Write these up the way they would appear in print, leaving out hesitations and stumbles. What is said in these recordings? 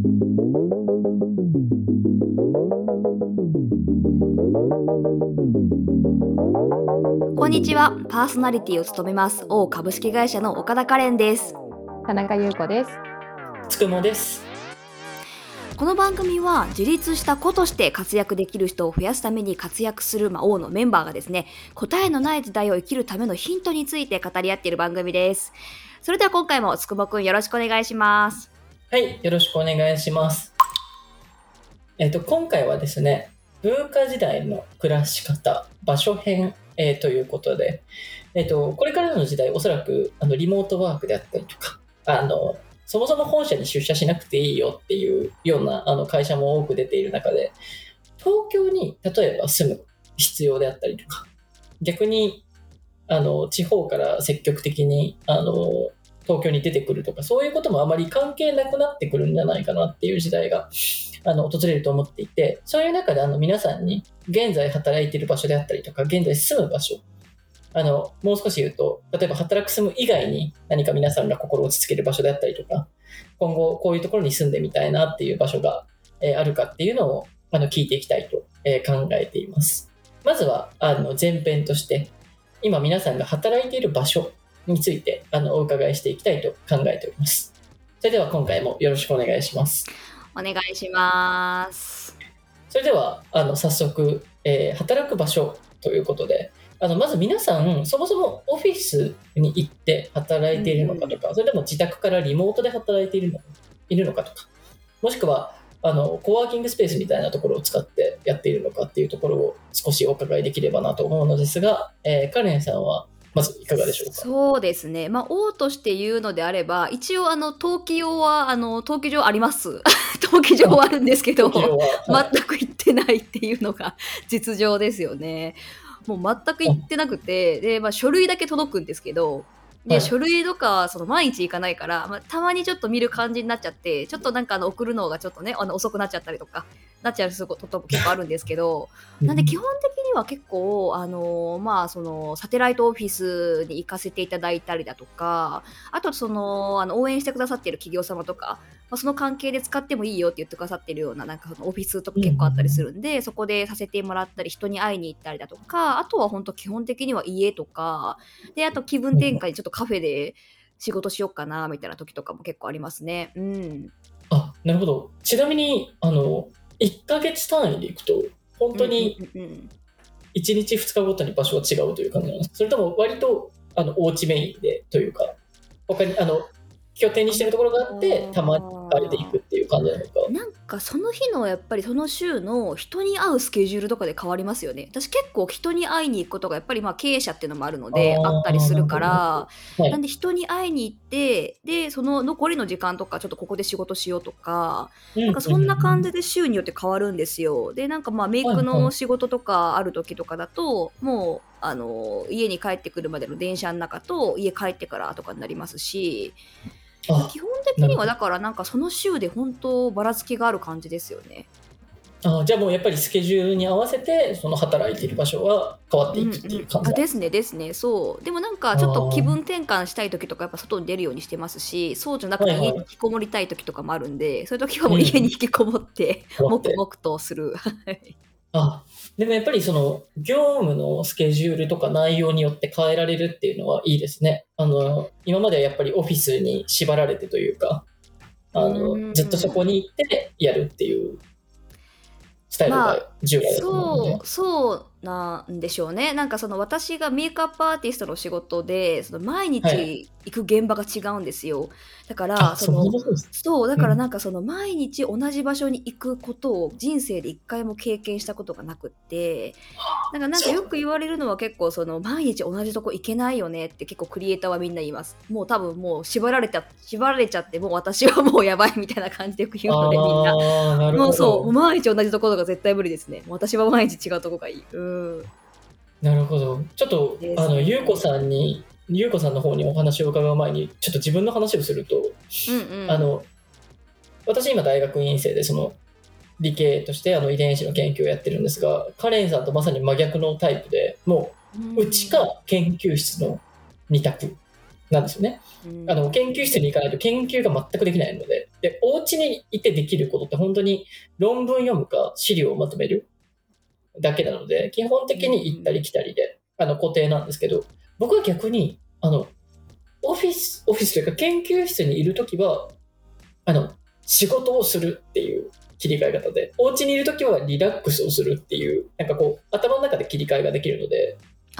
こんにちは。パーソナリティを務めます王株式会社の岡田カレンです。 田中優子です。 つくもです。 この番組は自立した子として活躍できる人を増やすために活躍する、王のメンバーがですね、答えのない時代を生きるためのヒントについて語り合っている番組です。それでは今回もつくもくんよろしくお願いします。 はい、よろしくお願いします。今回はですね、文化時代の暮らし方場所編、ということで、これからの時代おそらくリモートワークであったりとかそもそも本社に出社しなくていいよっていうような会社も多く出ている中で、東京に例えば住む必要であったりとか、逆に地方から積極的に東京に出てくるとか、そういうこともあまり関係なくなってくるんじゃないかなっていう時代が訪れると思っていて、そういう中で皆さんに現在働いている場所であったりとか、現在住む場所、もう少し言うと、例えば働く住む以外に何か皆さんが心を落ち着ける場所であったりとか、今後こういうところに住んでみたいなっていう場所があるかっていうのを聞いていきたいと考えています。まずは前編として今皆さんが働いている場所についてお伺いしていきたいと考えております。それでは今回もよろしくお願いします。 お願いします。 それでは早速、働く場所ということで、まず皆さんそもそもオフィスに行って働いているのかとか、それとも自宅からリモートで働いているのかとか、もしくはコワーキングスペースみたいなところを使ってやっているのかっていうところを少しお伺いできればなと思うのですが、カレンさんはまずいかがでしょうか。 そうですね、王として言うのであれば、一応登記上は登記上あります登記上はあるんですけど、はい、全く行ってないっていうのが実情ですよね。もう全く行ってなくて、で、書類だけ届くんですけど、で、書類とか毎日行かないから、たまにちょっと見る感じになっちゃって、ちょっとなんか送るのがちょっとね遅くなっちゃったりとかなっちゃうこと結構あるんですけどなんで基本的には結構サテライトオフィスに行かせていただいたりだとか、あと応援してくださっている企業様とか、その関係で使ってもいいよって言ってくださってるようななんかオフィスとか結構あったりするんで、そこでさせてもらったり人に会いに行ったりだとか、あとは本当基本的には家とかで、あと気分転換にちょっとカフェで仕事しようかなみたいな時とかも結構ありますね。うん。 なるほど。ちなみに1ヶ月単位で行くと本当に1日2日ごとに場所は違うという感じなんですか。それとも割とお家メインでというか、他に拠点にしてるところがあってたまに変えていくっていう感じなのか。 なんかその日のやっぱりその週の人に会うスケジュールとかで変わりますよね。私結構人に会いに行くことがやっぱり経営者っていうのもあるのであったりするから、はい、なんで人に会いに行って、でその残りの時間とかちょっとここで仕事しようとか、なんかそんな感じで週によって変わるんですよ。でなんかメイクの仕事とかある時とかだと、もう家に帰ってくるまでの電車の中と家帰ってからとかになりますし、基本的にはだからなんかその週で本当ばらつきがある感じですよね。 じゃあもうやっぱりスケジュールに合わせてその働いている場所は変わっていくっていう感じですね。そうでもなんかちょっと気分転換したい時とかやっぱ外に出るようにしてますし、そうじゃなくて家に引きこもりたい時とかもあるんで、そういう時はもう家に引きこもって黙々とするでもやっぱりその業務のスケジュールとか内容によって変えられるっていうのはいいですね。今まではやっぱりオフィスに縛られてというか、ずっとそこに行ってやるっていうスタイルが従来だと思うので、 そうなんでしょうね。なんか私がメイクアップアーティストの仕事で毎日行く現場が違うんですよ。だからだからなんか毎日同じ場所に行くことを人生で一回も経験したことがなくって、なんかよく言われるのは結構毎日同じとこ行けないよねって結構クリエイターはみんな言います。もう多分もう縛られちゃってもう私はもうやばいみたいな感じで言うので、みんなもう毎日同じところが絶対無理ですね。私は毎日違うとこがいい。 なるほど。ちょっと優子さんの方にお話を伺う前にちょっと自分の話をすると、私今大学院生で理系として遺伝子の研究をやってるんですが、カレンさんとまさに真逆のタイプで、もううちか研究室の2択なんですよね。研究室に行かないと研究が全くできないので、お家にいてできることって本当に論文読むか資料をまとめるだけなので、基本的に行ったり来たりで、固定なんですけど、僕は逆に、オフィスというか研究室にいるときは、仕事をするっていう切り替え方で、お家にいるときはリラックスをするっていう、頭の中で切り替えができるので、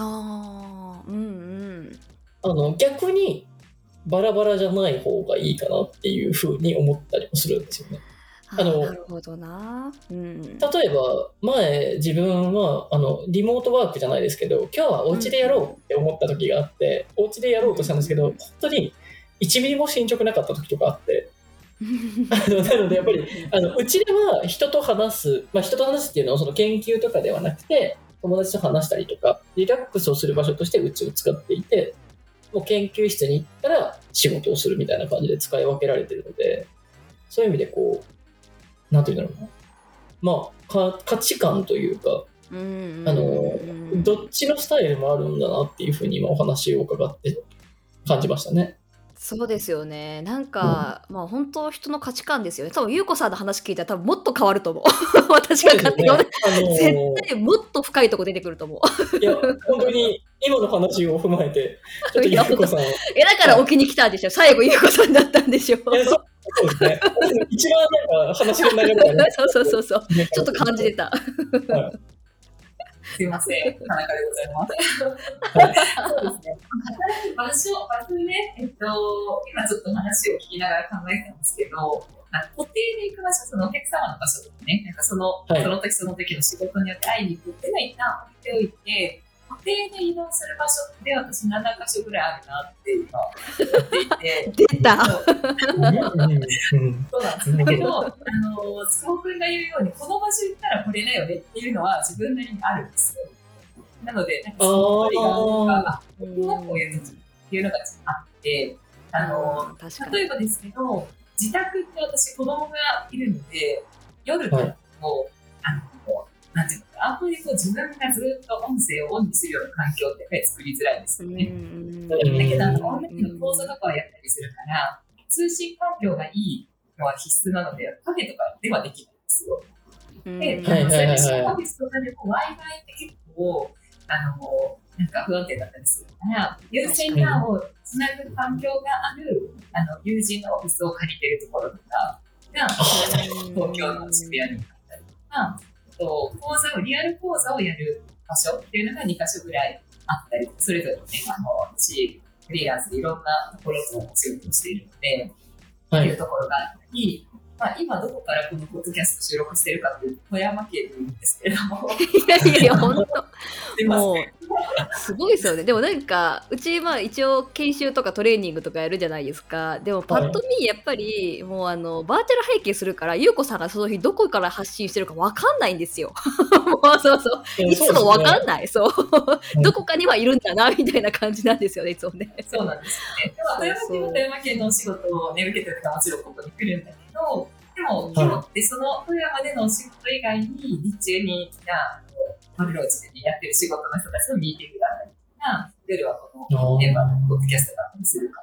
逆にバラバラじゃない方がいいかなっていうふうに思ったりもするんですよね。 なるほどな。 例えば前自分はリモートワークじゃないですけど、今日はお家でやろうって思った時があって、お家でやろうとしたんですけど、本当に1ミリも進捗なかった時とかあってなのでやっぱりうちでは人と話す、人と話すっていうのはその研究とかではなくて、友達と話したりとかリラックスをする場所としてうちを使っていて、もう研究室に行ったら仕事をするみたいな感じで使い分けられているので、そういう意味でなんていうんだろうな、価値観というか、どっちのスタイルもあるんだなっていうふうに今お話を伺って感じましたね。 そうですよね。本当人の価値観ですよね。多分優子さんの話聞いたら多分もっと変わると思う。私が勝手に、絶対もっと深いとこ出てくると思う。 いや本当に今の話を踏まえてちょっと優子さんだから置きに来たんでしょ。最後優子さんだったんでしょ。 そうですね。一番話の流れがねそうちょっと感じてた。 すいません、田中でございます。そうですね。働く場所ね、今ちょっと話を聞きながら考えてたんですけど、固定で行く場所、そのお客様の場所とかね、その時の仕事によって会いに行くっていうのは一旦置いておいて、固定で移動する場所って私7カ所ぐらいあるなって今思っていて。 出たそうなんですだけど、スモ君が言うように、この場所行ったらこれだよねっていうのは自分なりにあるんですよ。なので、その距離が僕はこういう時っていうのがあって、例えばですけど、自宅って私子供がいるので、夜も、なんていうのかな、あんまり自分がずっと音声をオンにするような環境ってやっぱり作りづらいですよね。だけど、オンラインの講座とかをやったりするから、通信環境がいいのは必須なので、カフェとかではできないんですよ。で、そういうオフィスとかでも Wi-Fi って結構、不安定だったりするから、有線 LAN をつなぐ環境がある友人のオフィスを借りてるところとかが、東京の渋谷にあったりとか、リアル講座をやる場所っていうのが2カ所ぐらいあったり、それぞれね、私、フリーランスでいろんなところとお仕事をしているので、っていうところがあったり、今どこからこのポッドキャスト収録してるかっていうと富山県でいいんですけれどもいや本当もうすごいですよね。でもうち一応研修とかトレーニングとかやるじゃないですか。でもパッと見やっぱりもうバーチャル背景するから優子さんがその日どこから発信してるか分かんないんですよ。もういつも分かんない。どこかにはいるんだなみたいな感じなんですよね、いつもね。 そうなんですよね。でも富山県のお仕事を受けてるからもちろんここに来るんだけど、でも今日ってその富山でのお仕事以外に日中に丸の内でやってる仕事の人たちのミーティングだったりとか、夜はこのメンバーのポッドキャストだったりするから、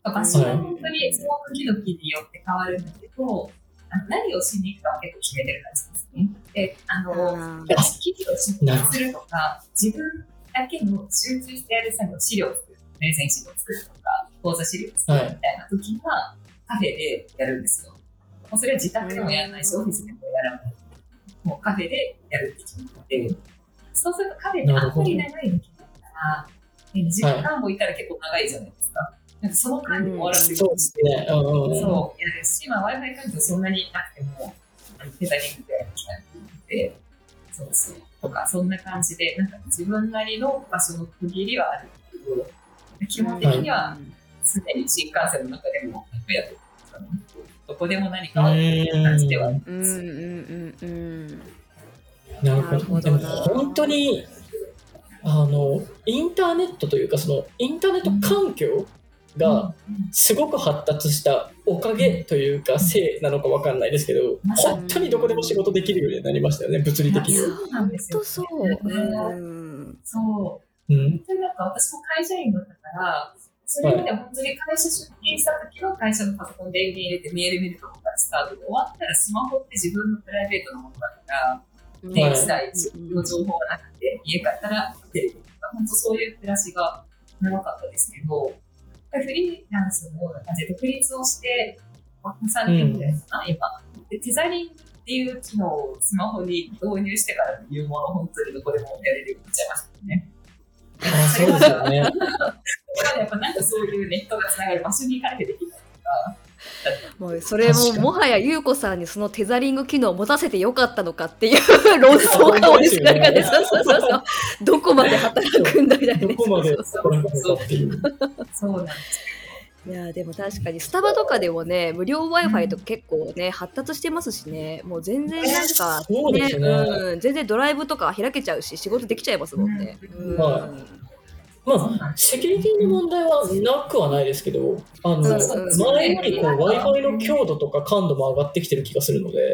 場所は本当にその時々によって変わるんだけど、何をしに行くかは結構決めてる感じですね。で、記事を執筆するとか、自分だけの集中してやる作業、資料を作る、プレゼン資料を作るとか、講座資料を作るみたいな時は、カフェでやるんですよ。もうそれは自宅でもやらないし、オフィスでもやらない。もうカフェでやるって決めて、そうするとカフェってあんまり長い時だったら、2時間もいたら結構長いじゃないですか。その間に終わらせる。 そうですね。 そうやるし、Wi-Fi 環境そんなになくても、ペタリングでやってそうとか、そんな感じで、自分なりの場所の区切りはあるけど、基本的には常に新幹線の中でもやってる。どこでも何かあるっていう感じではあります。 なるほど。でも本当にインターネットというかインターネット環境がすごく発達したおかげというかせいなのか分かんないですけど、本当にどこでも仕事できるようになりましたよね、物理的に。 そうなんですよ。そう。本当に私も会社員だったからそれまで本当に会社出勤した時は会社のパソコンで電源入れてメール見るとこからスタートで終わったらスマホって自分のプライベートなものだから、電気代、自分の情報がなくて、家帰ったらテレビとか、本当そういう暮らしが長かったですけど、フリーランスのような感じで独立をして、3年ぐらいかな、今。でテザリングっていう機能をスマホに導入してからというものを本当にどこでもやれるようになっちゃいましたね。 そうですよね。 やっぱなんかそういうネットがつながる場所に行かなきゃできないとか。 もうそれももはや優子さんにそのテザリング機能を持たせてよかったのかっていう論争が俺の中で、そうどこまで働くんだみたいな、 どこまで働くのかっていう。 そうなんですいやでも確かにスタバとかでもね、無料 Wi-Fi とか結構ね、発達してますしね、もう全然なんか、 そうですね、 全然ドライブとか開けちゃうし、仕事できちゃいますもんね。 はい。まあ、セキュリティの問題はなくはないですけど、前よりWi-Fi の強度とか感度も上がってきてる気がするので。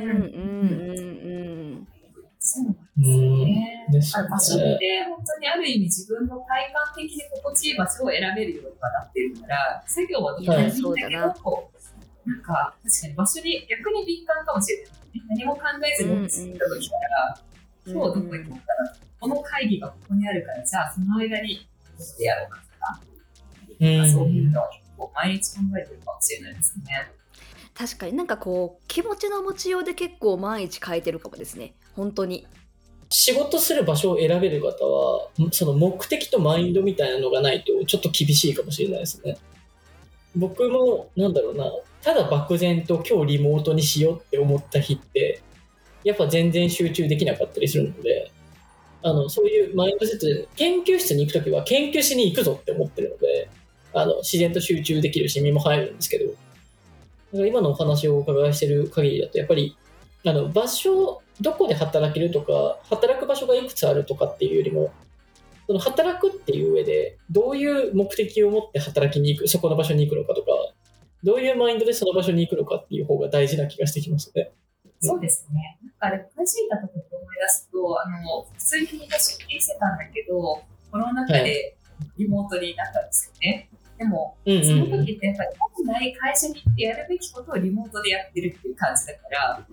そうなんですね。場所って本当にある意味自分の体感的に心地いい場所を選べるようにはなってるから、作業はどこでもいいんだけど、なんか確かに場所に逆に敏感かもしれない。何も考えずにオフィスに行った時から、今日どこ行こうかな、この会議がここにあるから、じゃあその間にどこでやろうかとか、そういうのを毎日考えてるかもしれないですね。 確かになんかこう気持ちの持ちようで結構毎日変えてるかもですね。本当に仕事する場所を選べる方はその目的とマインドみたいなのがないとちょっと厳しいかもしれないですね。僕もなんだろうな、ただ漠然と今日リモートにしようって思った日ってやっぱ全然集中できなかったりするので、そういうマインドセットで研究室に行くときは研究しに行くぞって思ってるので、自然と集中できるし身も入るんですけど、今のお話をお伺いしている限りだとやっぱり場所、どこで働けるとか働く場所がいくつあるとかっていうよりも、その働くっていう上でどういう目的を持って働きに行く、そこの場所に行くのかとか、どういうマインドでその場所に行くのかっていう方が大事な気がしてきますね。 そうですね。なんか会社にいた時に思い出すと、普通にみんな出勤してたんだけど、コロナ禍でリモートになったんですよね。でも、その時ってやっぱり本来会社に行ってやるべきことをリモートでやってるっていう感じだから、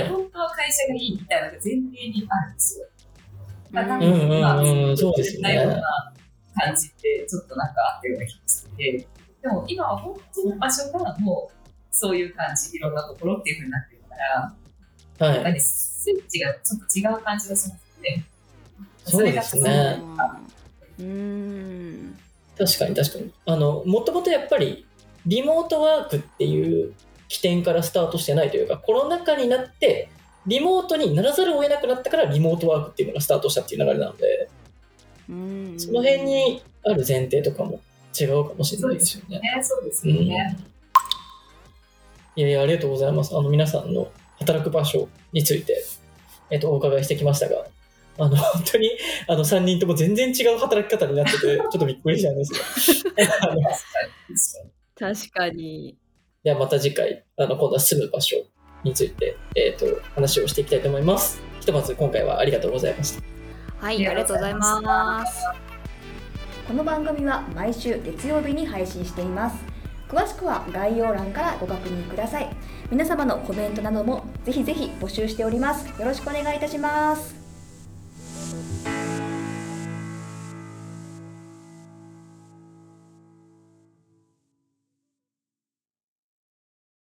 本当は会社がいいみたいなのが前提にあるんですよ。そうですね。ような感じってちょっとなんかあったような気がして、でも今は本当の場所がもうそういう感じ、いろんなところっていう風になってるから、やっぱりスイッチがちょっと違う感じがしますね。 そうですね。確かにもともとやっぱりリモートワークっていう起点からスタートしてないというか、コロナ禍になってリモートにならざるを得なくなったからリモートワークっていうのがスタートしたっていう流れなので、その辺にある前提とかも違うかもしれないですよね。 そうですよね。 いやありがとうございます。皆さんの働く場所について、お伺いしてきましたが、本当に3人とも全然違う働き方になっててちょっとびっくりしたんですが確かに。 ではまた次回今度は住む場所について、話をしていきたいと思います。ひとまず今回はありがとうございました。 はい、ありがとうございます。 この番組は毎週月曜日に配信しています。詳しくは概要欄からご確認ください。皆様のコメントなどもぜひぜひ募集しております。よろしくお願いいたします。